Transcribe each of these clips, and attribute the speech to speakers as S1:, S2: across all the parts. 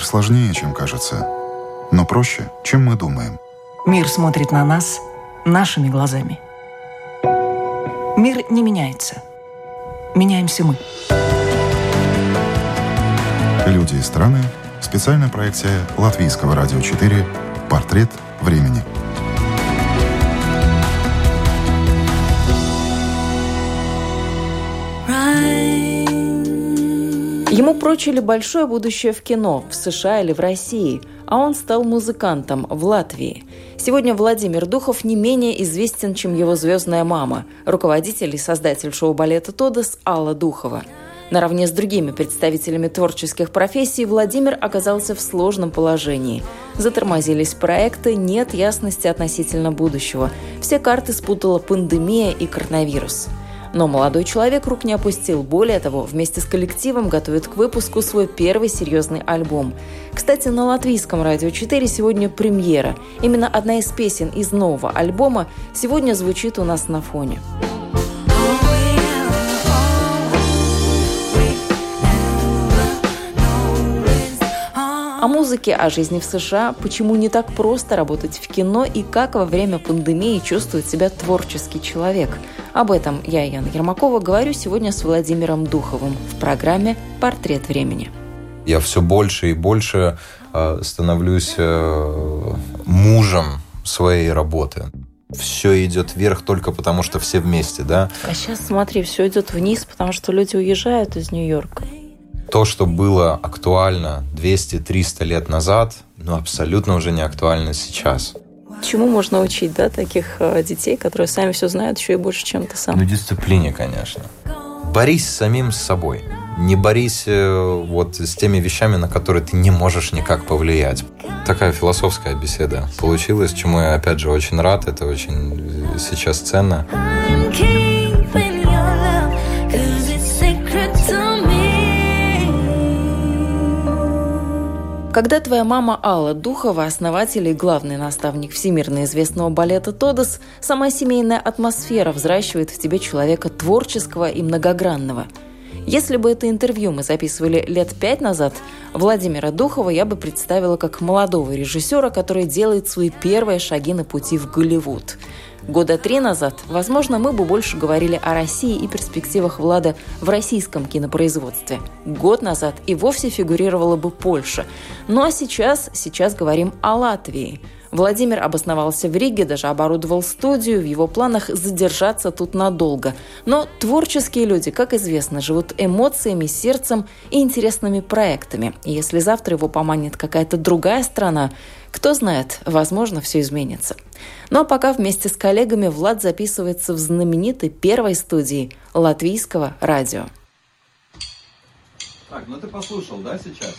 S1: Мир сложнее, чем кажется, но проще, чем мы думаем.
S2: Мир смотрит на нас нашими глазами. Мир не меняется. Меняемся мы.
S1: «Люди и страны» — специальная проекция Латвийского радио 4 «Портрет времени».
S3: Ему прочили большое будущее в кино, в США или в России, а он стал музыкантом в Латвии. Сегодня Владимир Духов не менее известен, чем его звездная мама, руководитель и создатель шоу-балета «Тодос» Алла Духова. Наравне с другими представителями творческих профессий Владимир оказался в сложном положении. Затормозились проекты, нет ясности относительно будущего. Все карты спутала пандемия и коронавирус. Но молодой человек рук не опустил. Более того, вместе с коллективом готовит к выпуску свой первый серьезный альбом. Кстати, на Латвийском радио 4 сегодня премьера. Именно одна из песен из нового альбома сегодня звучит у нас на фоне. О музыке, о жизни в США, почему не так просто работать в кино и как во время пандемии чувствует себя творческий человек. Об этом я, Яна Ермакова, говорю сегодня с Владимиром Духовым в программе «Портрет времени».
S4: Я все больше и больше становлюсь мужем своей работы. Все идет вверх только потому, что все вместе, да?
S3: А сейчас, смотри, все идет вниз, потому что люди уезжают из Нью-Йорка.
S4: То, что было актуально 200-300 лет назад, абсолютно уже не актуально сейчас.
S3: Чему можно учить, да, таких детей, которые сами все знают, еще и больше, чем ты сам?
S4: Дисциплине, конечно. Борись с самим собой. Не борись с теми вещами, на которые ты не можешь никак повлиять. Такая философская беседа получилась, чему я, опять же, очень рад. Это очень сейчас ценно.
S3: Когда твоя мама Алла Духова, основатель и главный наставник всемирно известного балета «Тодос», сама семейная атмосфера взращивает в тебе человека творческого и многогранного. Если бы это интервью мы записывали лет 5 назад, Владимира Духова я бы представила как молодого режиссера, который делает свои первые шаги на пути в Голливуд. Года 3 назад, возможно, мы бы больше говорили о России и перспективах Влада в российском кинопроизводстве. Год назад и вовсе фигурировала бы Польша. Ну а сейчас говорим о Латвии. Владимир обосновался в Риге, даже оборудовал студию, в его планах задержаться тут надолго. Но творческие люди, как известно, живут эмоциями, сердцем и интересными проектами. И если завтра его поманит какая-то другая страна, кто знает, возможно, все изменится. Ну а пока вместе с коллегами Влад записывается в знаменитой первой студии Латвийского радио.
S4: Так, ты послушал, да, сейчас?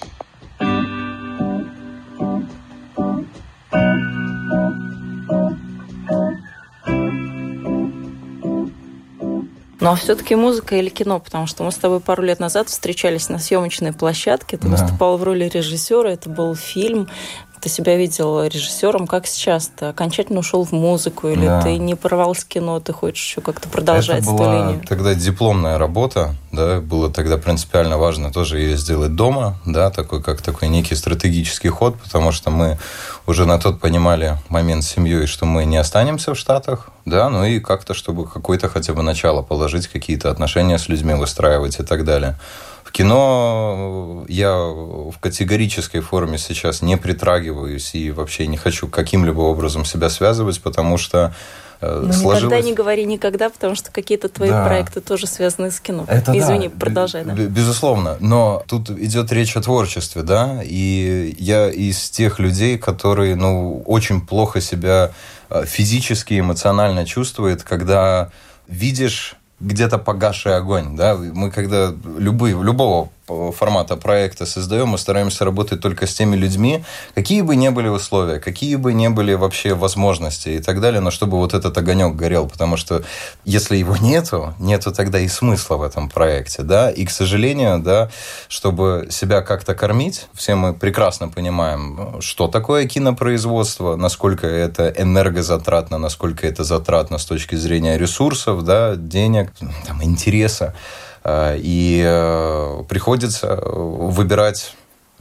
S3: Ну а все-таки музыка или кино? Потому что мы с тобой пару лет назад встречались на съемочной площадке. Ты выступал в роли режиссера, это был фильм. Ты себя видел режиссером, как сейчас? Ты окончательно ушел в музыку или ты не порвал с кино, ты хочешь еще как-то продолжать эту линию?
S4: Это была тогда дипломная работа, да, было тогда принципиально важно тоже ее сделать дома, да, такой некий стратегический ход, потому что мы уже на тот понимали момент с семьей, что мы не останемся в Штатах, да, и как-то, чтобы какое-то хотя бы начало положить, какие-то отношения с людьми выстраивать и так далее. В кино я в категорической форме сейчас не притрагиваюсь и вообще не хочу каким-либо образом себя связывать, потому что сложилось...
S3: Никогда не говори никогда, потому что какие-то твои проекты тоже связаны с кино. Извини, продолжай. Да.
S4: Безусловно, но тут идет речь о творчестве, да, и я из тех людей, которые, очень плохо себя физически, эмоционально чувствуют, когда видишь где-то погасший огонь, да, мы когда любого формата проекта создаем, мы стараемся работать только с теми людьми, какие бы ни были условия, какие бы ни были вообще возможности и так далее, но чтобы вот этот огонек горел, потому что если его нету тогда и смысла в этом проекте, да, и, к сожалению, да, чтобы себя как-то кормить, все мы прекрасно понимаем, что такое кинопроизводство, насколько это энергозатратно, насколько это затратно с точки зрения ресурсов, да, денег, интереса. И приходится выбирать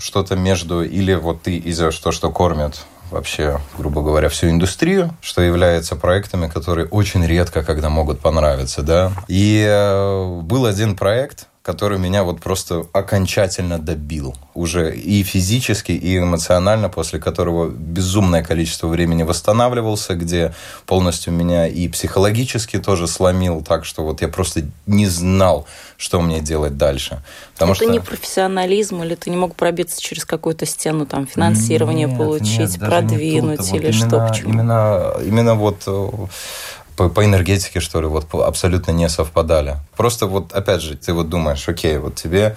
S4: что-то между, или вот ты идешь то, что кормят вообще, грубо говоря, всю индустрию, что является проектами, которые очень редко когда могут понравиться, да. И был один проект, который меня вот просто окончательно добил. Уже и физически, и эмоционально, после которого безумное количество времени восстанавливался, где полностью меня и психологически тоже сломил, так что вот я просто не знал, что мне делать дальше.
S3: Это что... не профессионализм, или ты не мог пробиться через какую-то стену, там, финансирование получить, продвинуть, или что? Почему?
S4: Именно вот... По энергетике, что ли, вот абсолютно не совпадали. Просто вот, опять же, ты вот думаешь, окей, вот тебе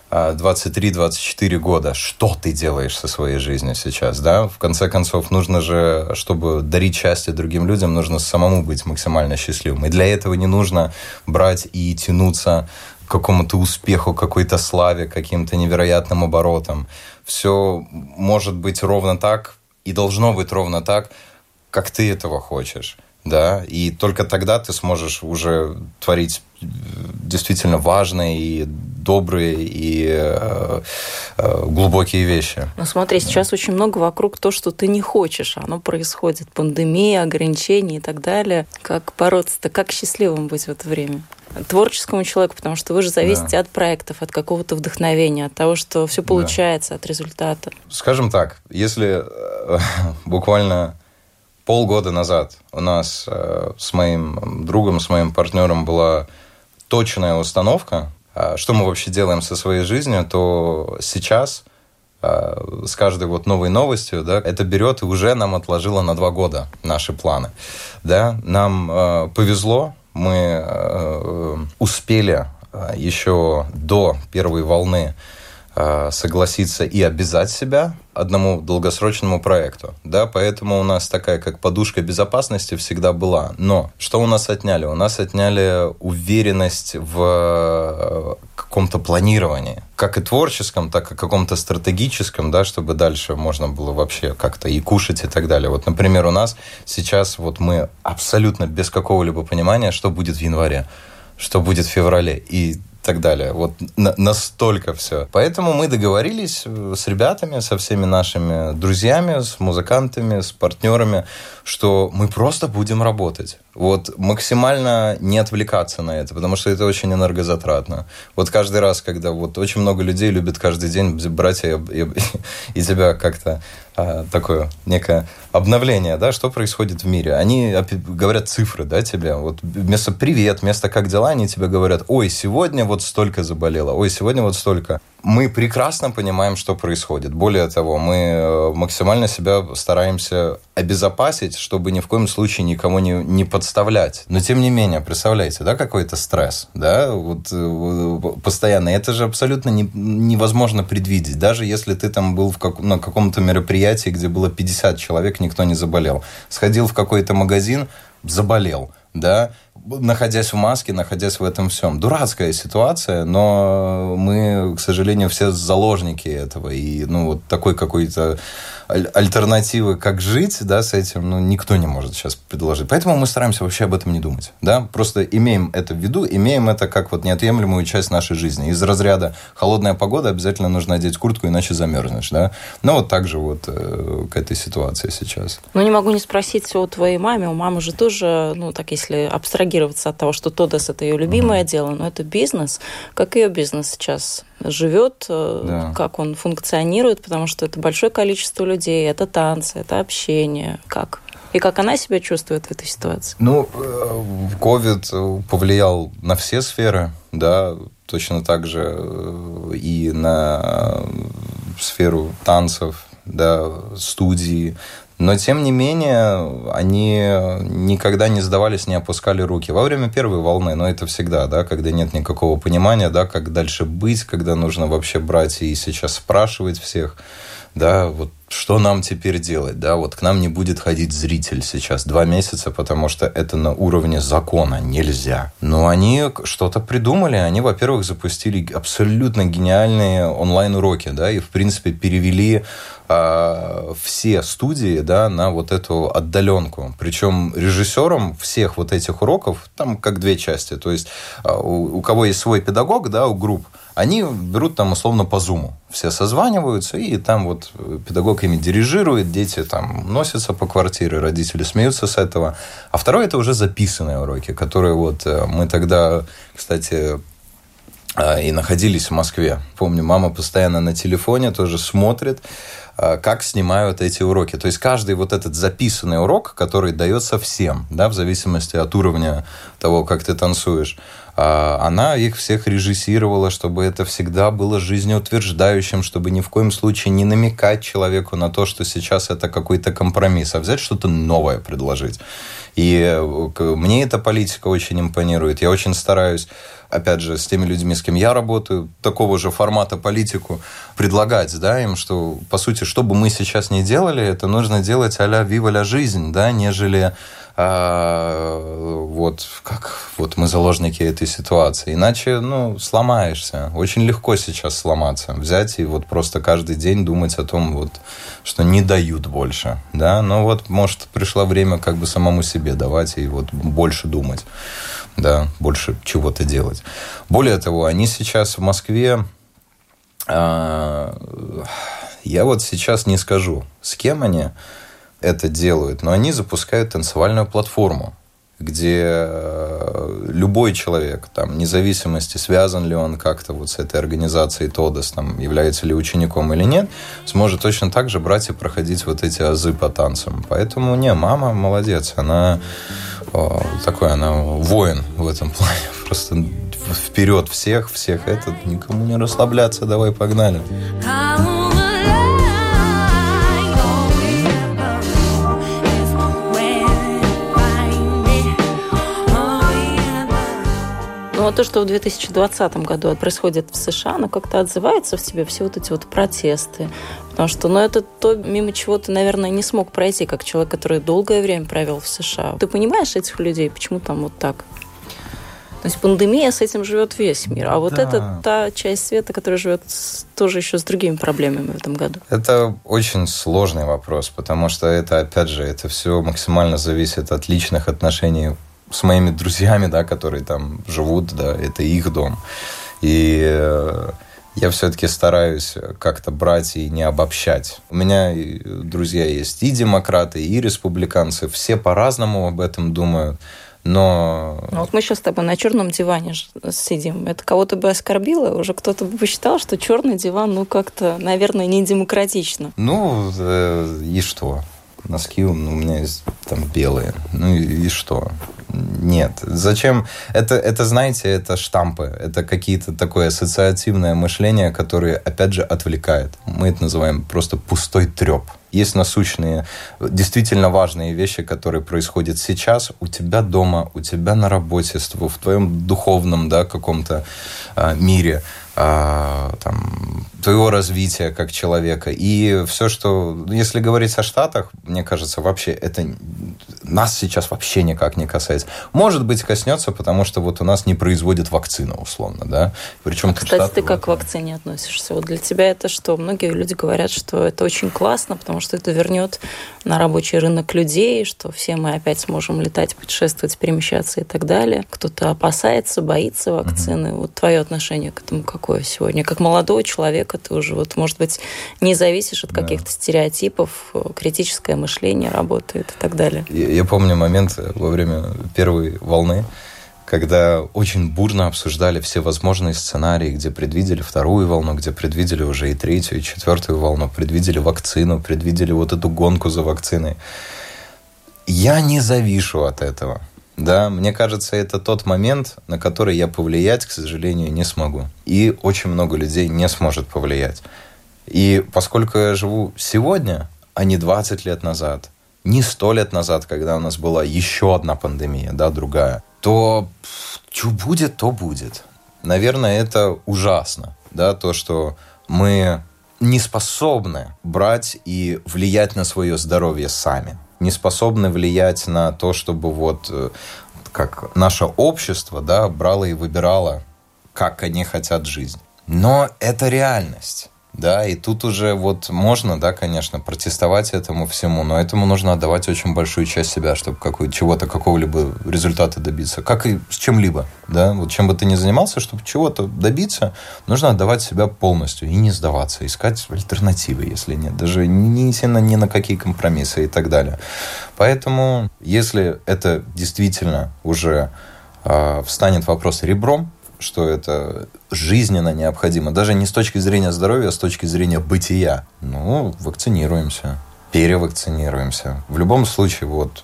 S4: 23-24 года, что ты делаешь со своей жизнью сейчас, да? В конце концов, нужно же, чтобы дарить счастье другим людям, нужно самому быть максимально счастливым. И для этого не нужно брать и тянуться к какому-то успеху, какой-то славе, каким-то невероятным оборотам. Все может быть ровно так и должно быть ровно так, как ты этого хочешь. Да, и только тогда ты сможешь уже творить действительно важные и добрые и глубокие вещи.
S3: Ну смотри, сейчас очень много вокруг то, что ты не хочешь, оно происходит. Пандемия, ограничения и так далее. Как бороться-то, как счастливым быть в это время? Творческому человеку, потому что вы же зависите от проектов, от какого-то вдохновения, от того, что все получается, от результата.
S4: Скажем так, если буквально полгода назад у нас с моим другом, с моим партнером была точная установка, что мы вообще делаем со своей жизнью, то сейчас с каждой вот новой новостью, да, это берет и уже нам отложило на 2 года наши планы. Да? Нам повезло, мы успели еще до первой волны согласиться и обязать себя одному долгосрочному проекту. Да? Поэтому у нас такая как подушка безопасности всегда была. Но что у нас отняли? У нас отняли уверенность в каком-то планировании. Как и творческом, так и каком-то стратегическом, да, чтобы дальше можно было вообще как-то и кушать и так далее. Вот, например, у нас сейчас вот мы абсолютно без какого-либо понимания, что будет в январе, что будет в феврале и так далее. Вот настолько все. Поэтому мы договорились с ребятами, со всеми нашими друзьями, с музыкантами, с партнерами, что мы просто будем работать. Вот максимально не отвлекаться на это, потому что это очень энергозатратно. Вот каждый раз, когда вот очень много людей любят каждый день брать и тебя как-то такое некое обновление, да, что происходит в мире. Они говорят цифры, да, тебе. Вот вместо «привет», вместо «как дела», они тебе говорят: ой, сегодня вот столько заболело, ой, сегодня вот столько. Мы прекрасно понимаем, что происходит. Более того, мы максимально себя стараемся обезопасить, чтобы ни в коем случае никого не подставлять. Но тем не менее, представляете, да, какой-то стресс, да, вот постоянно. Это же абсолютно невозможно предвидеть. Даже если ты там был на каком-то мероприятии, где было 50 человек, никто не заболел. Сходил в какой-то магазин, заболел, да, находясь в маске, находясь в этом всем. Дурацкая ситуация, но мы, к сожалению, все заложники этого. И, ну, вот такой какой-то альтернативы, как жить, да, с этим, ну, никто не может сейчас предложить. Поэтому мы стараемся вообще об этом не думать, да. Просто имеем это в виду, имеем это как вот неотъемлемую часть нашей жизни. Из разряда холодная погода, обязательно нужно одеть куртку, иначе замерзнешь, да. Ну, вот так же вот к этой ситуации сейчас.
S3: Ну, не могу не спросить о твоей маме. У мамы же тоже, ну, так, если абстрагироваться от того, что Тодос – это ее любимое дело, но это бизнес. Как ее бизнес сейчас живет, как он функционирует, потому что это большое количество людей, это танцы, это общение. Как? И как она себя чувствует в этой ситуации?
S4: Ну, ковид повлиял на все сферы, да, точно так же и на сферу танцев, да, студии. Но, тем не менее, они никогда не сдавались, не опускали руки. Во время первой волны, но это всегда, да, когда нет никакого понимания, да, как дальше быть, когда нужно вообще брать и сейчас спрашивать всех, да, вот что нам теперь делать, да, вот к нам не будет ходить зритель сейчас 2 месяца, потому что это на уровне закона, нельзя. Но они что-то придумали, они, во-первых, запустили абсолютно гениальные онлайн-уроки, да, и, в принципе, перевели все студии, да, на вот эту отдаленку. Причем режиссером всех вот этих уроков, там как 2 части, то есть у кого есть свой педагог, да, у групп, они берут там условно по Зуму. Все созваниваются, и там вот педагог ими дирижирует, дети там носятся по квартире, родители смеются с этого. А второе – это уже записанные уроки, которые вот мы тогда, кстати, и находились в Москве. Помню, мама постоянно на телефоне тоже смотрит, как снимают эти уроки. То есть каждый вот этот записанный урок, который дается всем, да, в зависимости от уровня того, как ты танцуешь, она их всех режиссировала, чтобы это всегда было жизнеутверждающим, чтобы ни в коем случае не намекать человеку на то, что сейчас это какой-то компромисс, а взять что-то новое предложить. И мне эта политика очень импонирует. Я очень стараюсь, опять же, с теми людьми, с кем я работаю, такого же формата политику предлагать, да, им, что, по сути, что бы мы сейчас ни делали, это нужно делать а-ля «Вива ля жизнь», да, нежели вот как вот мы заложники этой ситуации. Иначе, сломаешься. Очень легко сейчас сломаться. Взять и вот просто каждый день думать о том, вот, что не дают больше. Да? Но вот, может, пришло время как бы самому себе давать и вот больше думать. Да, больше чего-то делать. Более того, они сейчас в Москве... Я вот сейчас не скажу, с кем они это делают, но они запускают танцевальную платформу, где любой человек, там, вне зависимости, связан ли он как-то вот с этой организацией ТОДОС, там, является ли учеником или нет, сможет точно так же брать и проходить вот эти азы по танцам. Поэтому, мама молодец, она такой, она воин в этом плане, просто вперед всех этот, никому не расслабляться, давай, погнали.
S3: Но то, что в 2020 году происходит в США, оно как-то отзывается в тебе, все вот эти вот протесты. Потому что, это то, мимо чего ты, наверное, не смог пройти, как человек, который долгое время провел в США. Ты понимаешь этих людей, почему там вот так? То есть пандемия, с этим живет весь мир. А вот это та часть света, которая живет тоже еще с другими проблемами в этом году.
S4: Это очень сложный вопрос, потому что это, опять же, это все максимально зависит от личных отношений с моими друзьями, да, которые там живут, да, это их дом. И я все-таки стараюсь как-то брать и не обобщать. У меня друзья есть и демократы, и республиканцы. Все по-разному об этом думают. Но...
S3: Вот мы сейчас с тобой на черном диване сидим. Это кого-то бы оскорбило? Уже кто-то бы посчитал, что черный диван, как-то, наверное, не демократично.
S4: И что? Носки у меня есть там белые. И что? Нет. Зачем? Это, знаете, это штампы. Это какие-то такое ассоциативное мышление, которое, опять же, отвлекает. Мы это называем просто пустой треп. Есть насущные, действительно важные вещи, которые происходят сейчас у тебя дома, у тебя на работе, в твоем духовном, да, каком-то мире, твоего развития как человека. И все, что... Если говорить о Штатах, мне кажется, вообще это нас сейчас вообще никак не касается. Может быть, коснется, потому что вот у нас не производят вакцину, условно, да. Причем
S3: кстати, ты как к вакцине относишься? Вот для тебя это что? Многие люди говорят, что это очень классно, потому что это вернет на рабочий рынок людей, что все мы опять сможем летать, путешествовать, перемещаться и так далее. Кто-то опасается, боится вакцины. Вот твое отношение к этому какое сегодня? Как молодого человека ты уже, может быть, не зависишь от каких-то стереотипов, критическое мышление работает и так далее.
S4: Я помню момент во время первой волны, когда очень бурно обсуждали все возможные сценарии, где предвидели вторую волну, где предвидели уже и третью, и четвертую волну, предвидели вакцину, предвидели вот эту гонку за вакциной. Я не завишу от этого. Да, мне кажется, это тот момент, на который я повлиять, к сожалению, не смогу. И очень много людей не сможет повлиять. И поскольку я живу сегодня, а не 20 лет назад, не 100 лет назад, когда у нас была еще одна пандемия, да, другая, то что будет, то будет. Наверное, это ужасно, да, то, что мы не способны брать и влиять на свое здоровье сами. Не способны влиять на то, чтобы как наше общество, да, брало и выбирало, как они хотят жить. Но это реальность. Да, и тут уже вот можно, да, конечно, протестовать этому всему, но этому нужно отдавать очень большую часть себя, чтобы чего-то, какого-либо результата добиться. Как и с чем-либо, да, вот чем бы ты ни занимался, чтобы чего-то добиться, нужно отдавать себя полностью и не сдаваться, искать альтернативы, если нет, даже не идти ни на какие компромиссы и так далее. Поэтому, если это действительно уже встанет вопрос ребром, что это жизненно необходимо, даже не с точки зрения здоровья, а с точки зрения бытия. Вакцинируемся, перевакцинируемся. В любом случае,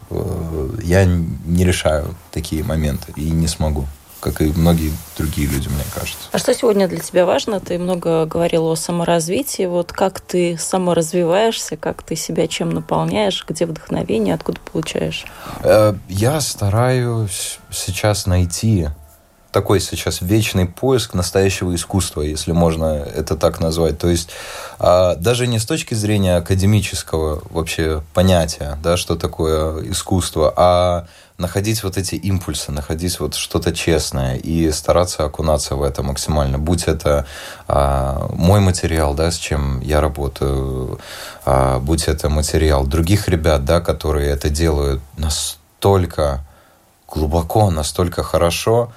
S4: я не решаю такие моменты и не смогу, как и многие другие люди, мне кажется.
S3: А что сегодня для тебя важно? Ты много говорил о саморазвитии. Вот как ты саморазвиваешься, как ты себя чем наполняешь, где вдохновение, откуда получаешь?
S4: Я стараюсь сейчас найти такой сейчас вечный поиск настоящего искусства, если можно это так назвать. То есть даже не с точки зрения академического вообще понятия, да, что такое искусство, а находить вот эти импульсы, находить вот что-то честное и стараться окунаться в это максимально. Будь это мой материал, да, с чем я работаю, будь это материал других ребят, да, которые это делают настолько глубоко, настолько хорошо,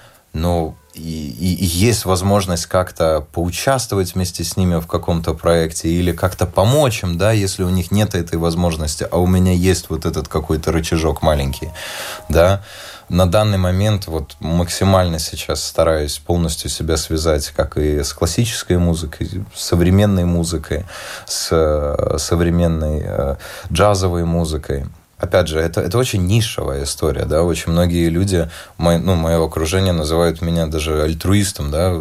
S4: и есть возможность как-то поучаствовать вместе с ними в каком-то проекте или как-то помочь им, да, если у них нет этой возможности, а у меня есть вот этот какой-то рычажок маленький, да. На данный момент максимально сейчас стараюсь полностью себя связать как и с классической музыкой, с современной музыкой, с современной джазовой музыкой. Опять же, это очень нишевая история, да, очень многие люди, мое окружение называют меня даже альтруистом, да,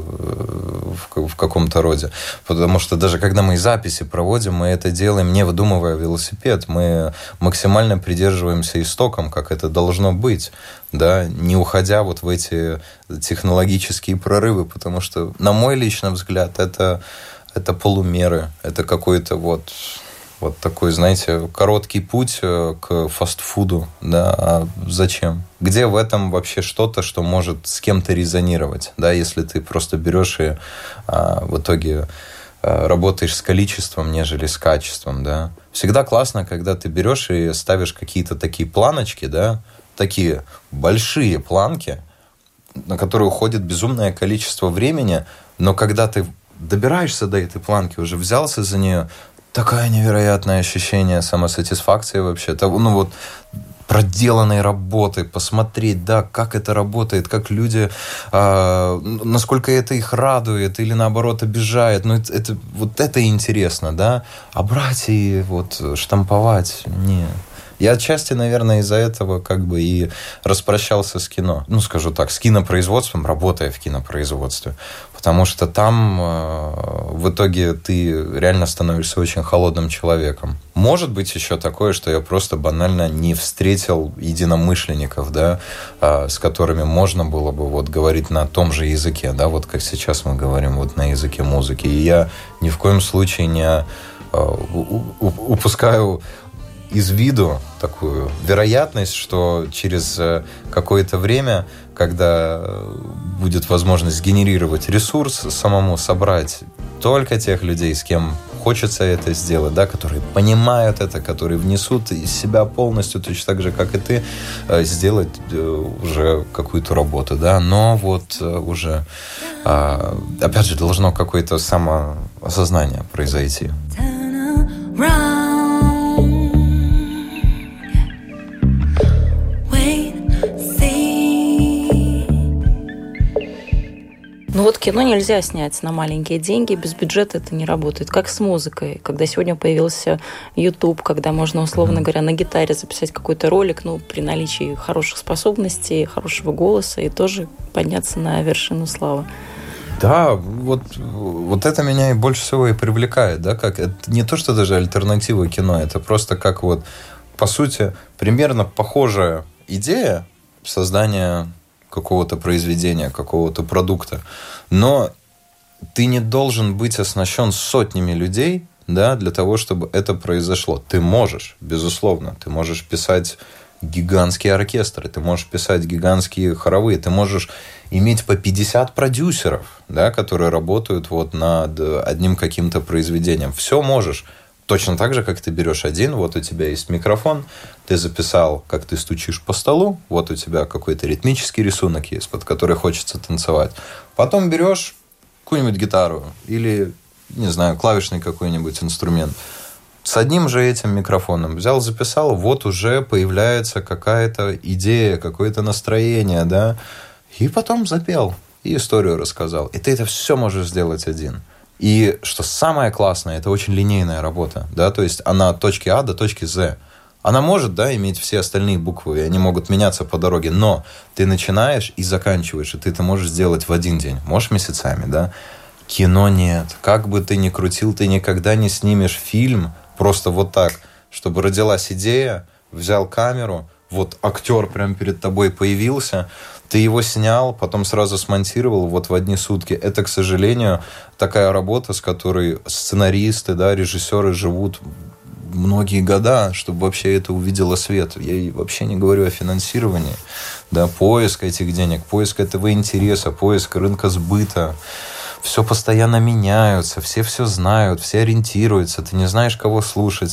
S4: в каком-то роде, потому что даже когда мы записи проводим, мы это делаем, не выдумывая велосипед, мы максимально придерживаемся истокам, как это должно быть, да, не уходя в эти технологические прорывы, потому что, на мой личный взгляд, это полумеры, это какой-то такой, знаете, короткий путь к фастфуду, да, а зачем? Где в этом вообще что-то, что может с кем-то резонировать, да, если ты просто берешь и в итоге работаешь с количеством, нежели с качеством, да. Всегда классно, когда ты берешь и ставишь какие-то такие планочки, да, такие большие планки, на которые уходит безумное количество времени, но когда ты добираешься до этой планки, уже взялся за нее, такое невероятное ощущение самосатисфакции вообще. Проделанной работы, посмотреть, да, как это работает, как люди, насколько это их радует или наоборот обижает. Это интересно, да. А брать и штамповать, нет. Я отчасти, наверное, из-за этого и распрощался с кино. Скажу так, с кинопроизводством, работая в кинопроизводстве. Потому что там в итоге ты реально становишься очень холодным человеком. Может быть еще такое, что я просто банально не встретил единомышленников, да, с которыми можно было бы говорить на том же языке, да, как сейчас мы говорим на языке музыки. И я ни в коем случае не упускаю из виду такую вероятность, что через какое-то время, когда будет возможность генерировать ресурс, самому собрать только тех людей, с кем хочется это сделать, да, которые понимают это, которые внесут из себя полностью, точно так же, как и ты, сделать уже какую-то работу, да, но уже, опять же, должно какое-то самоосознание произойти.
S3: Кино нельзя снять на маленькие деньги, без бюджета это не работает. Как с музыкой, когда сегодня появился YouTube, когда можно, условно говоря, на гитаре записать какой-то ролик, при наличии хороших способностей, хорошего голоса и тоже подняться на вершину славы.
S4: Да, это меня и больше всего и привлекает, да, как это не то, что даже альтернатива кино, это просто как по сути, примерно похожая идея создания какого-то произведения, какого-то продукта. Но ты не должен быть оснащен сотнями людей, да, для того, чтобы это произошло. Ты можешь, безусловно. Ты можешь писать гигантские оркестры, ты можешь писать гигантские хоровые, ты можешь иметь по 50 продюсеров, да, которые работают вот над одним каким-то произведением. Все можешь. Точно так же, как ты берешь один, вот у тебя есть микрофон, ты записал, как ты стучишь по столу, вот у тебя какой-то ритмический рисунок есть, под который хочется танцевать. Потом берешь какую-нибудь гитару или, не знаю, клавишный какой-нибудь инструмент. С одним же этим микрофоном взял, записал, вот уже появляется какая-то идея, какое-то настроение, да, и потом запел, и историю рассказал. И ты это все можешь сделать один. И что самое классное, это очень линейная работа, да, то есть она от точки А до точки З. Она может, да, иметь все остальные буквы, и они могут меняться по дороге, но ты начинаешь и заканчиваешь, и ты это можешь сделать в один день, можешь месяцами, да. Кино нет. Как бы ты ни крутил, ты никогда не снимешь фильм просто вот так, чтобы родилась идея, взял камеру, вот актер прямо перед тобой появился, ты его снял, потом сразу смонтировал вот в одни сутки. Это, к сожалению, такая работа, с которой сценаристы, да, режиссеры живут многие года, чтобы вообще это увидело свет. Я вообще не говорю о финансировании, да, поиск этих денег, поиск этого интереса, поиск рынка сбыта. Все постоянно меняются, все знают, все ориентируются, ты не знаешь, кого слушать.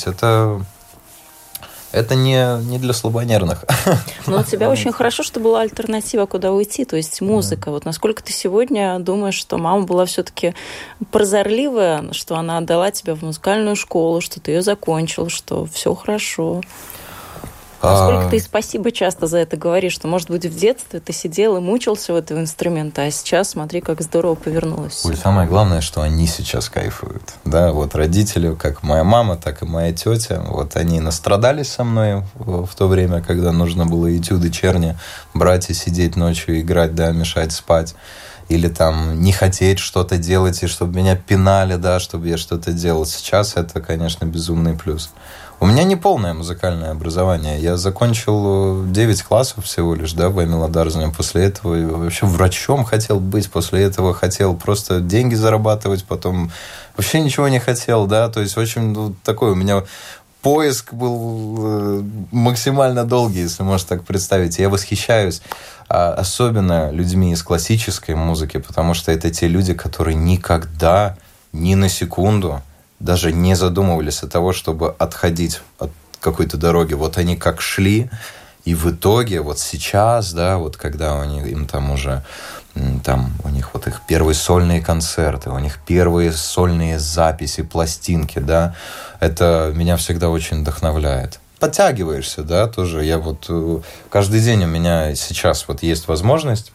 S4: Это не для слабонервных.
S5: Но у тебя очень хорошо, что была альтернатива, куда уйти, то есть музыка. Вот насколько ты сегодня думаешь, что мама была все-таки прозорливая, что она отдала тебя в музыкальную школу, что ты ее закончил, что все хорошо? Насколько ты спасибо часто за это говоришь, что, может быть, в детстве ты сидел и мучился в этого инструмента, а сейчас смотри, как здорово повернулось.
S4: Ой, самое главное, что они сейчас кайфуют. Да, вот родители, как моя мама, так и моя тетя, вот они настрадались со мной в то время, когда нужно было этюды черни брать и сидеть ночью, играть, да, мешать спать. Или там не хотеть что-то делать, и чтобы меня пинали, да, чтобы я что-то делал. Сейчас это, конечно, безумный плюс. У меня не полное музыкальное образование. Я закончил 9 классов всего лишь, да, в Эмила Дарзане. После этого вообще врачом хотел быть. После этого хотел просто деньги зарабатывать. Потом вообще ничего не хотел, да. То есть очень такой у меня поиск был максимально долгий, если можно так представить. Я восхищаюсь особенно людьми из классической музыки, потому что это те люди, которые никогда, ни на секунду даже не задумывались о того, чтобы отходить от какой-то дороги. Вот они как шли, и в итоге вот сейчас, да, вот когда им там уже, там у них вот их первые сольные концерты, у них первые сольные записи, пластинки, да, это меня всегда очень вдохновляет. Подтягиваешься, да, тоже. Я вот каждый день у меня сейчас вот есть возможность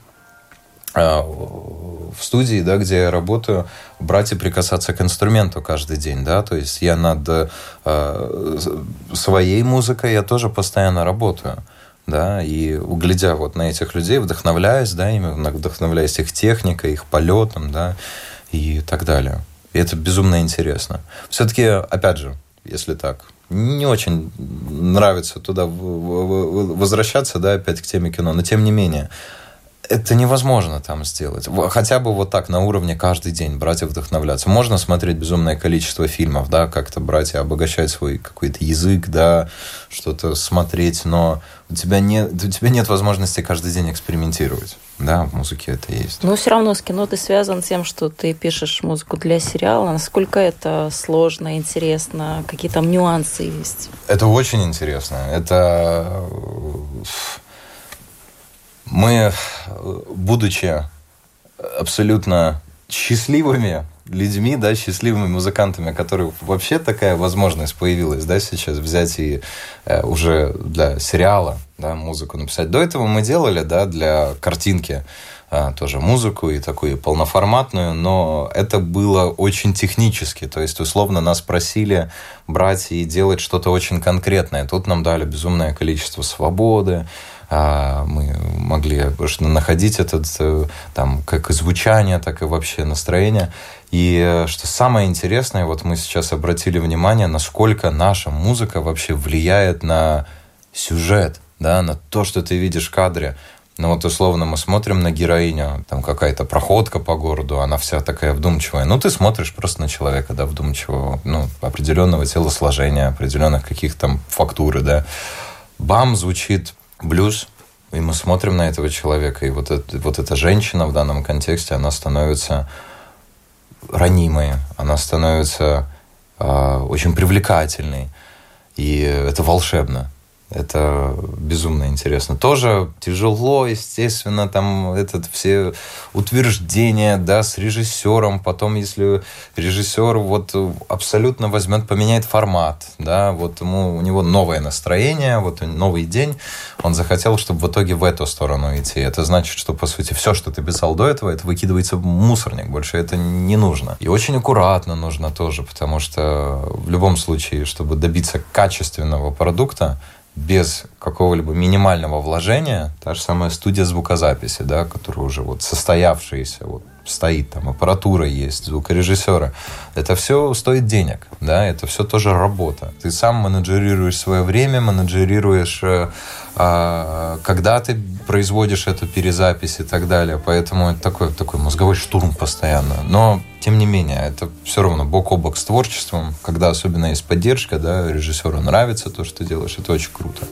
S4: в студии, да, где я работаю, брать и прикасаться к инструменту каждый день, да, то есть я над своей музыкой я тоже постоянно работаю, да, и глядя вот на этих людей, вдохновляюсь, да, именно вдохновляюсь их техникой, их полетом, да, и так далее. И это безумно интересно. Все-таки, опять же, если так, не очень нравится туда возвращаться, да, опять к теме кино, но тем не менее, это невозможно там сделать. Хотя бы вот так, на уровне каждый день брать и вдохновляться. Можно смотреть безумное количество фильмов, да, как-то брать и обогащать свой какой-то язык, да, что-то смотреть, но у тебя нет возможности каждый день экспериментировать. Да, в музыке это есть.
S5: Но все равно с кино ты связан с тем, что ты пишешь музыку для сериала. Насколько это сложно, интересно? Какие там нюансы есть?
S4: Это очень интересно. Это... Мы, будучи абсолютно счастливыми людьми, да, счастливыми музыкантами, которые вообще такая возможность появилась, да, сейчас взять и уже для сериала, да, музыку написать. До этого мы делали, да, для картинки тоже музыку и такую полноформатную, но это было очень технически, то есть условно нас просили брать и делать что-то очень конкретное. Тут нам дали безумное количество свободы. Мы могли находить этот там как и звучание, так и вообще настроение. И что самое интересное, вот мы сейчас обратили внимание, насколько наша музыка вообще влияет на сюжет, да, на то, что ты видишь в кадре. Ну вот условно мы смотрим на героиню, там какая-то проходка по городу, она вся такая вдумчивая. Ну ты смотришь просто на человека, да, вдумчивого, ну, определенного телосложения, определенных каких-то там фактуры, да. бам, звучит блюз, и мы смотрим на этого человека, и вот эта женщина в данном контексте, она становится ранимой, она становится очень привлекательной, и это волшебно. Это безумно интересно. Тоже тяжело, естественно, там все утверждения, да, с режиссером. Потом, если режиссер вот абсолютно поменяет формат, да, вот у него новое настроение, вот новый день, он захотел, чтобы в итоге в эту сторону идти. Это значит, что, по сути, все, что ты писал до этого, это выкидывается в мусорник. Больше это не нужно. И очень аккуратно нужно тоже, потому что в любом случае, чтобы добиться качественного продукта, без какого-либо минимального вложения, та же самая студия звукозаписи, да, которая уже вот состоявшаяся, вот стоит, там аппаратура есть, звукорежиссеры, это все стоит денег, да, это все тоже работа. Ты сам менеджерируешь свое время, менеджерируешь, когда ты производишь эту перезапись и так далее, поэтому это такой мозговой штурм постоянно. Но, тем не менее, это все равно бок о бок с творчеством, когда особенно есть поддержка, да, режиссеру нравится то, что ты делаешь, это очень круто.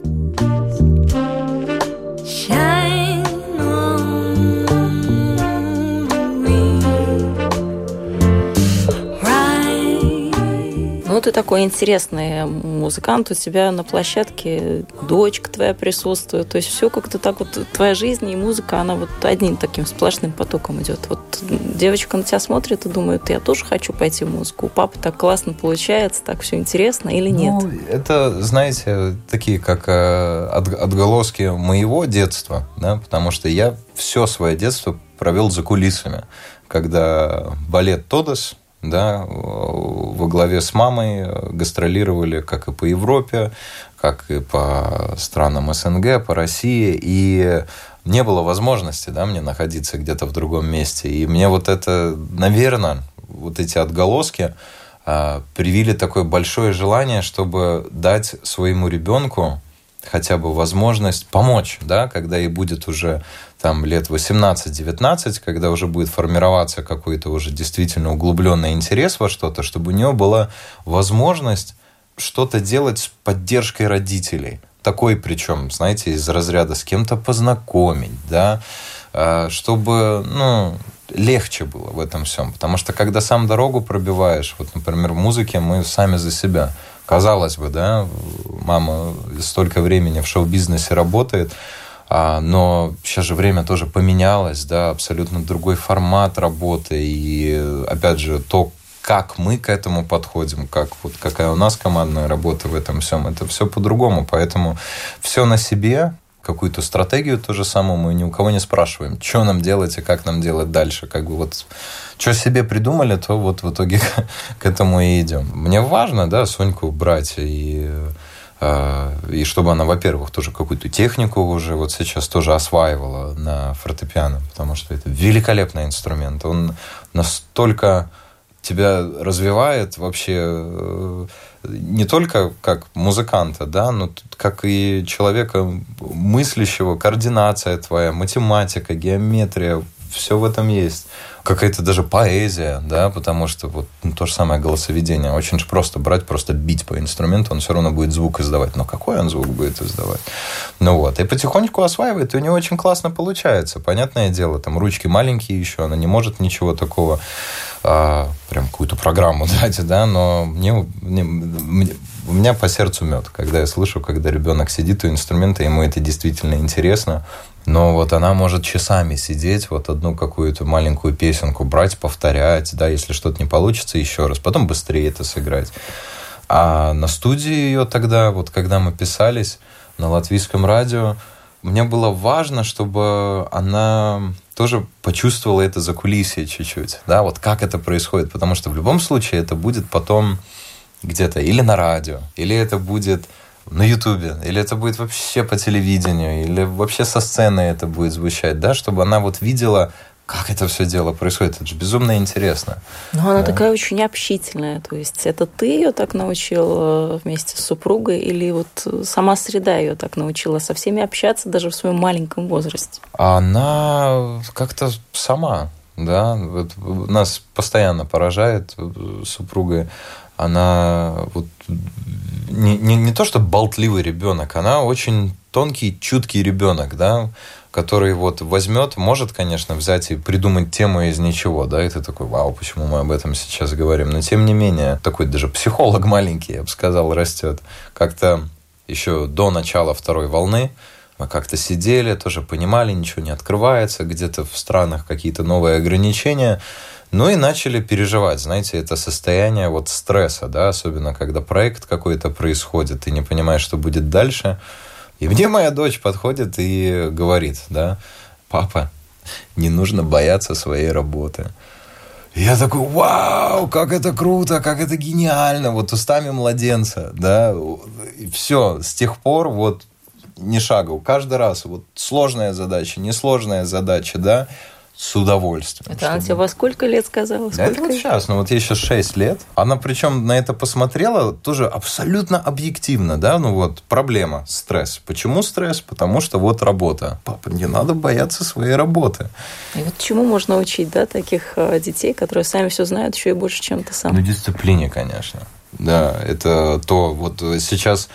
S5: Ну, ты такой интересный музыкант, у тебя на площадке дочка твоя присутствует, то есть все как-то так вот, твоя жизнь и музыка, она вот одним таким сплошным потоком идет. Вот девочка на тебя смотрит и думает, я тоже хочу пойти в музыку, у папы так классно получается, так все интересно или нет?
S4: Ну, это, знаете, такие как отголоски моего детства, да, потому что я все свое детство провел за кулисами, когда балет «Тодос», да, во главе с мамой гастролировали как и по Европе, как и по странам СНГ, по России, и не было возможности, да, мне находиться где-то в другом месте. И мне вот это, наверное, вот эти отголоски привили такое большое желание, чтобы дать своему ребенку хотя бы возможность помочь, да, когда ей будет уже там лет 18-19, когда уже будет формироваться какой-то уже действительно углубленный интерес во что-то, чтобы у нее была возможность что-то делать с поддержкой родителей. Такой причем, знаете, из разряда с кем-то познакомить, да, чтобы, легче было в этом всем. Потому что когда сам дорогу пробиваешь, вот, например, в музыке мы сами за себя. Казалось бы, да, мама столько времени в шоу-бизнесе работает, но сейчас же время тоже поменялось, да, абсолютно другой формат работы. И, опять же, то, как мы к этому подходим, какая у нас командная работа в этом всем, это все по-другому. Поэтому все на себе, какую-то стратегию то же самое, мы ни у кого не спрашиваем, что нам делать и как нам делать дальше. Как бы вот что себе придумали, то вот в итоге к этому и идем. Мне важно, да, Соньку брать и чтобы она, во-первых, тоже какую-то технику уже вот сейчас тоже осваивала на фортепиано, потому что это великолепный инструмент. Он настолько тебя развивает вообще не только как музыканта, да, но как и человека мыслящего, координация твоя, математика, геометрия, все в этом есть. Какая-то даже поэзия, да, потому что вот то же самое голосоведение. Очень же просто брать, просто бить по инструменту, он все равно будет звук издавать. Но какой он звук будет издавать? И потихонечку осваивает, и у него очень классно получается. Понятное дело, там ручки маленькие еще, она не может ничего такого, прям какую-то программу дать, да, но у меня по сердцу мед, когда я слышу, когда ребенок сидит у инструмента, ему это действительно интересно. Но вот она может часами сидеть, вот одну какую-то маленькую песенку брать, повторять, да, если что-то не получится, еще раз, потом быстрее это сыграть. А на студии ее тогда, вот когда мы писались на Латвийском радио, мне было важно, чтобы она тоже почувствовала это закулисье чуть-чуть, да, вот как это происходит, потому что в любом случае это будет потом где-то или на радио, или это будет на Ютубе, или это будет вообще по телевидению, или вообще со сцены это будет звучать, да, чтобы она вот видела, как это все дело происходит. Это же безумно интересно.
S5: Но она такая очень общительная. То есть это ты ее так научил вместе с супругой, или вот сама среда ее так научила со всеми общаться даже в своем маленьком возрасте?
S4: Она как-то сама. да, вот нас постоянно поражает супруга. Она вот не то что болтливый ребенок, она очень тонкий, чуткий ребенок, да, который вот возьмет, может, конечно, взять и придумать тему из ничего, да, и ты такой, вау, почему мы об этом сейчас говорим, но тем не менее, такой даже психолог маленький, я бы сказал, растет. Как-то еще до начала второй волны мы как-то сидели, тоже понимали, ничего не открывается, где-то в странах какие-то новые ограничения, ну и начали переживать, знаете, это состояние вот стресса, да, особенно когда проект какой-то происходит, ты не понимаешь, что будет дальше. И мне моя дочь подходит и говорит, да, папа, не нужно бояться своей работы. И я такой, вау, как это круто, как это гениально, вот устами младенца, да, и все, с тех пор вот ни шагу, каждый раз вот сложная задача, несложная задача, да, с удовольствием.
S5: Это она тебе во сколько лет сказала?
S4: Да, это вот сейчас, ну вот ей сейчас 6 лет. Она причем на это посмотрела тоже абсолютно объективно, да, ну вот проблема, стресс. Почему стресс? Потому что вот работа. Папа, не надо бояться своей работы.
S5: И вот чему можно учить, да, таких детей, которые сами все знают, еще и больше, чем ты сам?
S4: Ну, дисциплине, конечно. Да, это то, вот сейчас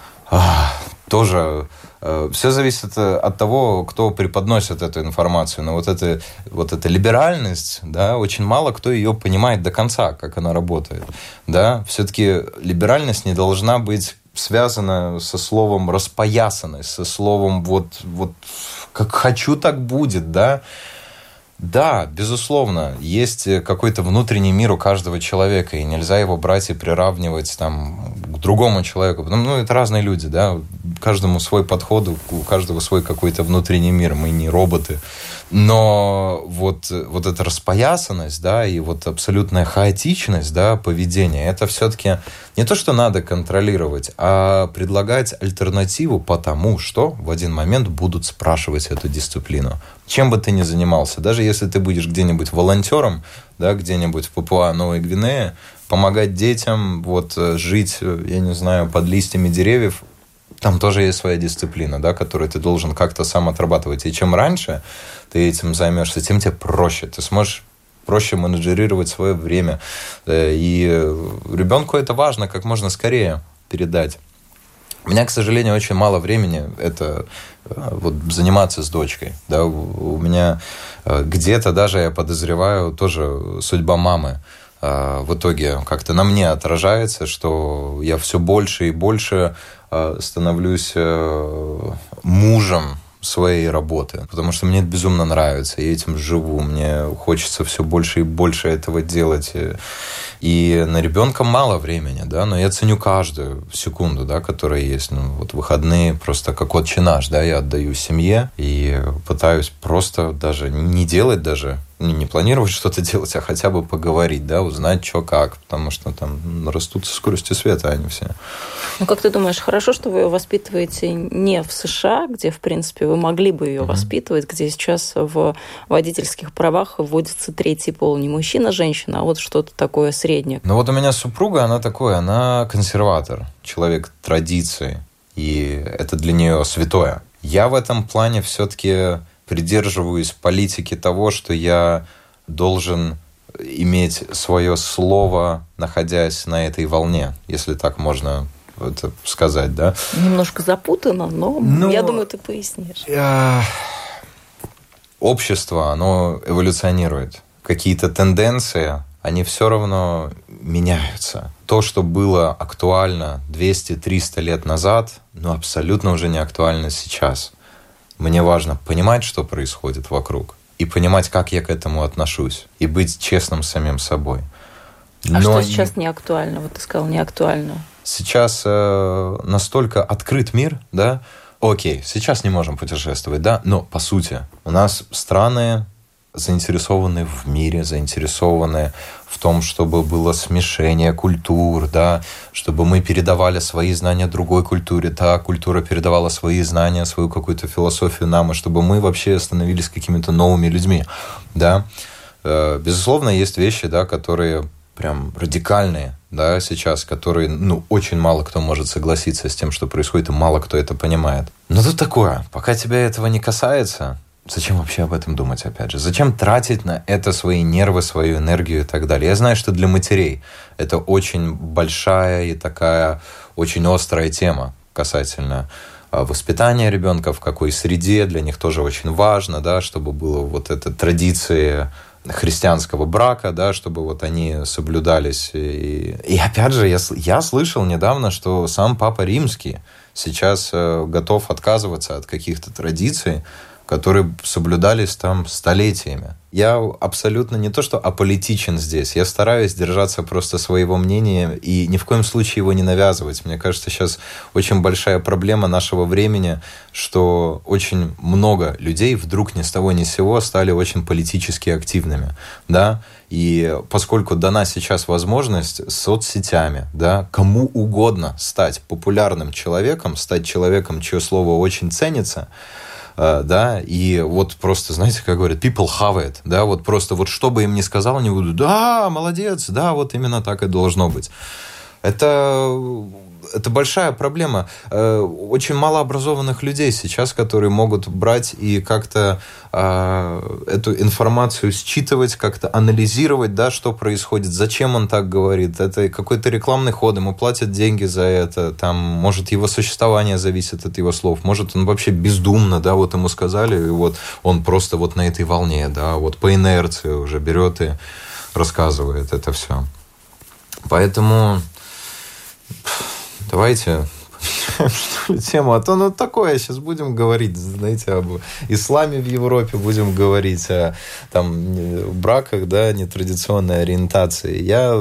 S4: тоже... Все зависит от того, кто преподносит эту информацию. Но вот эта либеральность, да, очень мало кто ее понимает до конца, как она работает. Да? Все-таки либеральность не должна быть связана со словом распоясанность, со словом вот как хочу, так будет, да. Да, безусловно, есть какой-то внутренний мир у каждого человека, и нельзя его брать и приравнивать там, к другому человеку. Ну, это разные люди, да, каждому свой подход, у каждого свой какой-то внутренний мир, мы не роботы. Но вот эта распоясанность, да, и вот абсолютная хаотичность, да, поведения, это все-таки не то, что надо контролировать, а предлагать альтернативу, потому что в один момент будут спрашивать эту дисциплину. Чем бы ты ни занимался, даже если ты будешь где-нибудь волонтером, да, где-нибудь в Папуа-Новой Гвинее, помогать детям вот жить, я не знаю, под листьями деревьев, там тоже есть своя дисциплина, да, которую ты должен как-то сам отрабатывать. И чем раньше ты этим займешься, тем тебе проще. Ты сможешь проще менеджерировать свое время. И ребенку это важно как можно скорее передать. У меня, к сожалению, очень мало времени это вот заниматься с дочкой. Да? У меня где-то даже, я подозреваю, тоже судьба мамы в итоге как-то на мне отражается, что я все больше и больше становлюсь мужем своей работы, потому что мне это безумно нравится, я этим живу, мне хочется все больше и больше этого делать. И на ребенка мало времени, да, но я ценю каждую секунду, да, которая есть. Ну, вот выходные просто как отче наш, да, я отдаю семье и пытаюсь просто даже не делать даже, не планировать что-то делать, а хотя бы поговорить, да, узнать, что как, потому что там растут со скоростью света они все.
S5: Ну, как ты думаешь, хорошо, что вы ее воспитываете не в США, где, в принципе, вы могли бы ее воспитывать, где сейчас в водительских правах вводится третий пол, не мужчина, женщина, а вот что-то такое среднее.
S4: Ну, вот у меня супруга, она консерватор, человек традиции, и это для нее святое. Я в этом плане все-таки придерживаюсь политики того, что я должен иметь свое слово, находясь на этой волне, если так можно это сказать, да?
S5: Немножко запутано, но я думаю, ты пояснишь.
S4: Общество, оно эволюционирует. Какие-то тенденции, они все равно меняются. То, что было актуально 200-300 лет назад, абсолютно уже не актуально сейчас. Мне важно понимать, что происходит вокруг, и понимать, как я к этому отношусь, и быть честным с самим собой.
S5: А что сейчас не актуально? Вот ты сказал, не актуально.
S4: Сейчас настолько открыт мир, да? Окей, сейчас не можем путешествовать, да? Но, по сути, у нас страны заинтересованы в мире, заинтересованы в том, чтобы было смешение культур, да, чтобы мы передавали свои знания другой культуре, та культура передавала свои знания, свою какую-то философию нам, и чтобы мы вообще становились какими-то новыми людьми, да. Безусловно, есть вещи, да, которые прям радикальные, да, сейчас, которые, очень мало кто может согласиться с тем, что происходит, и мало кто это понимает. Но тут такое, пока тебя этого не касается, зачем вообще об этом думать, опять же? Зачем тратить на это свои нервы, свою энергию и так далее? Я знаю, что для матерей это очень большая и такая очень острая тема касательно воспитания ребенка, в какой среде, для них тоже очень важно, да, чтобы было вот эта традиция христианского брака, да, чтобы вот они соблюдались. И опять же, я слышал недавно, что сам Папа Римский сейчас готов отказываться от каких-то традиций, которые соблюдались там столетиями. Я абсолютно не то что аполитичен здесь, я стараюсь держаться просто своего мнения и ни в коем случае его не навязывать. Мне кажется, сейчас очень большая проблема нашего времени, что очень много людей вдруг ни с того ни с сего стали очень политически активными, да, и поскольку дана сейчас возможность с соцсетями, да, кому угодно стать популярным человеком, стать человеком, чье слово очень ценится, да, и вот просто, знаете, как говорят, people have it, да, вот просто вот что бы им ни сказал, они будут, да, молодец, да, вот именно так и должно быть. Это большая проблема. Очень мало образованных людей сейчас, которые могут брать и как-то эту информацию считывать, как-то анализировать, да, что происходит, зачем он так говорит. Это какой-то рекламный ход, ему платят деньги за это, там, может, его существование зависит от его слов, может, он вообще бездумно, да, вот ему сказали, и вот он просто вот на этой волне, да, вот по инерции уже берет и рассказывает это все. Поэтому давайте тему, а то такое сейчас будем говорить, знаете, об исламе в Европе, будем говорить о там браках, да, нетрадиционной ориентации.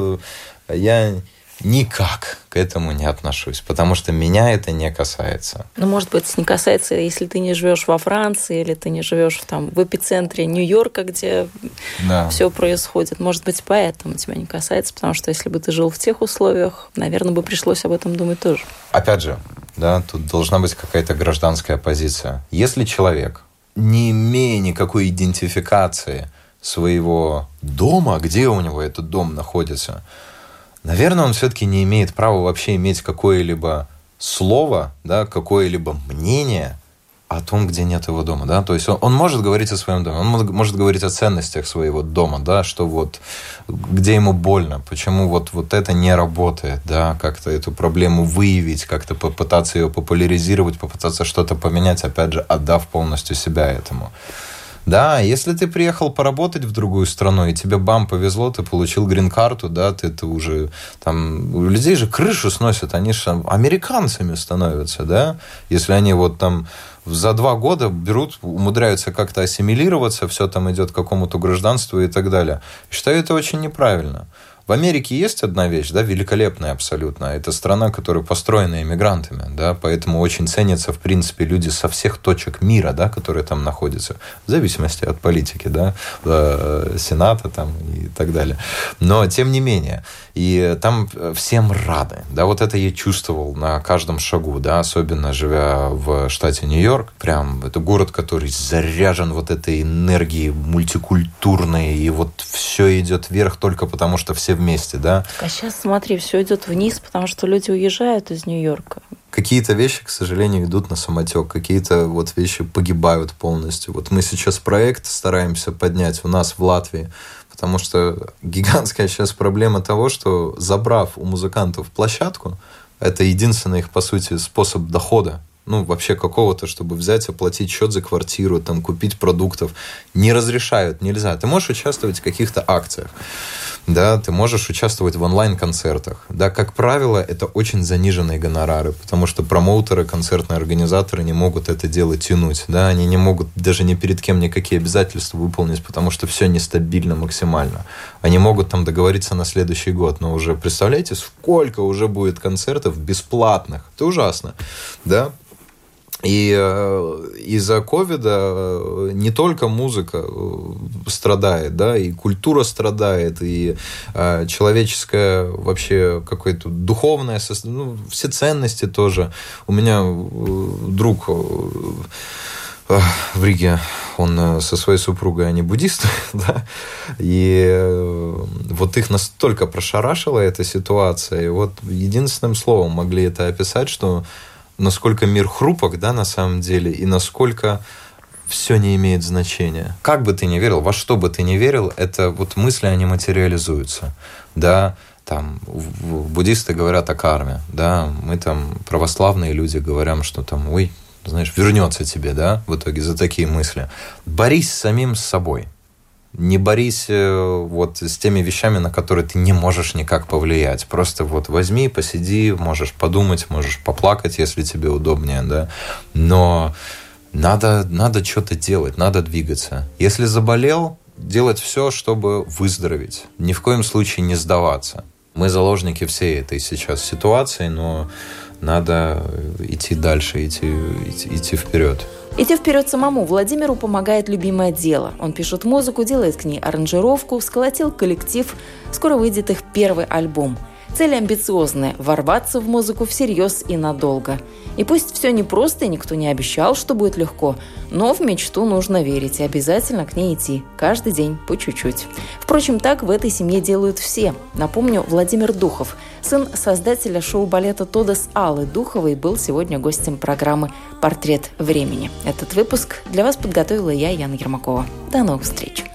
S4: Я никак к этому не отношусь, потому что меня это не касается.
S5: Ну, может быть, не касается, если ты не живешь во Франции или ты не живешь там в эпицентре Нью-Йорка, где все происходит. Может быть, поэтому тебя не касается, потому что если бы ты жил в тех условиях, наверное, бы пришлось об этом думать тоже.
S4: Опять же, да, тут должна быть какая-то гражданская позиция. Если человек, не имея никакой идентификации своего дома, где у него этот дом находится, наверное, он все-таки не имеет права вообще иметь какое-либо слово, да, какое-либо мнение о том, где нет его дома. Да? То есть он может говорить о своем доме, он может говорить о ценностях своего дома, да, что вот где ему больно, почему вот это не работает, да, как-то эту проблему выявить, как-то попытаться ее популяризировать, попытаться что-то поменять, опять же, отдав полностью себя этому. Да, если ты приехал поработать в другую страну, и тебе повезло, ты получил грин-карту, да, ты уже там... У людей же крышу сносят, они же американцами становятся, да, если они вот там за 2 года берут, умудряются как-то ассимилироваться, все там идет к какому-то гражданству и так далее. Считаю, это очень неправильно. В Америке есть одна вещь, да, великолепная абсолютно. Это страна, которая построена иммигрантами, да, поэтому очень ценятся, в принципе, люди со всех точек мира, да, которые там находятся, в зависимости от политики, да, Сената там и так далее. Но, тем не менее, и там всем рады, да, вот это я чувствовал на каждом шагу, да, особенно живя в штате Нью-Йорк, прям это город, который заряжен вот этой энергией мультикультурной, и вот все идет вверх только потому, что все вместе, да.
S5: А сейчас, смотри, все идет вниз, потому что люди уезжают из Нью-Йорка.
S4: Какие-то вещи, к сожалению, идут на самотек, какие-то вот вещи погибают полностью. Вот мы сейчас проект стараемся поднять у нас в Латвии, потому что гигантская сейчас проблема того, что забрав у музыкантов площадку, это единственный их, по сути, способ дохода, ну, вообще какого-то, чтобы взять, оплатить счет за квартиру, там, купить продуктов, не разрешают, нельзя. Ты можешь участвовать в каких-то акциях, да, ты можешь участвовать в онлайн-концертах, да, как правило, это очень заниженные гонорары, потому что промоутеры, концертные организаторы не могут это дело тянуть, да, они не могут даже ни перед кем никакие обязательства выполнить, потому что все нестабильно максимально. Они могут там договориться на следующий год, но уже представляете, сколько уже будет концертов бесплатных, это ужасно, да. И из-за ковида не только музыка страдает, да, и культура страдает, и человеческое вообще какое-то духовное, ну, все ценности тоже. У меня друг в Риге, он со своей супругой, они буддисты, да, и вот их настолько прошарашила эта ситуация, и вот единственным словом могли это описать, что насколько мир хрупок, да, на самом деле, и насколько все не имеет значения. Как бы ты ни верил, во что бы ты ни верил, это вот мысли, они материализуются. Да, там буддисты говорят о карме, да, мы там православные люди говорим, что там, ой, знаешь, вернется тебе, да, в итоге за такие мысли. Борись с самим собой. Не борись вот с теми вещами, на которые ты не можешь никак повлиять. Просто вот возьми, посиди, можешь подумать, можешь поплакать, если тебе удобнее, да. Но надо что-то делать, надо двигаться. Если заболел, делать все, чтобы выздороветь. Ни в коем случае не сдаваться. Мы заложники всей этой сейчас ситуации, но надо идти дальше, идти вперед.
S3: Идти вперед самому Владимиру помогает любимое дело. Он пишет музыку, делает к ней аранжировку, сколотил коллектив. Скоро выйдет их первый альбом. Цели амбициозные – ворваться в музыку всерьез и надолго. И пусть все непросто, и никто не обещал, что будет легко, но в мечту нужно верить и обязательно к ней идти. Каждый день по чуть-чуть. Впрочем, так в этой семье делают все. Напомню, Владимир Духов, сын создателя шоу-балета «Тодос» Аллы Духовой, был сегодня гостем программы «Портрет времени». Этот выпуск для вас подготовила я, Яна Ермакова. До новых встреч!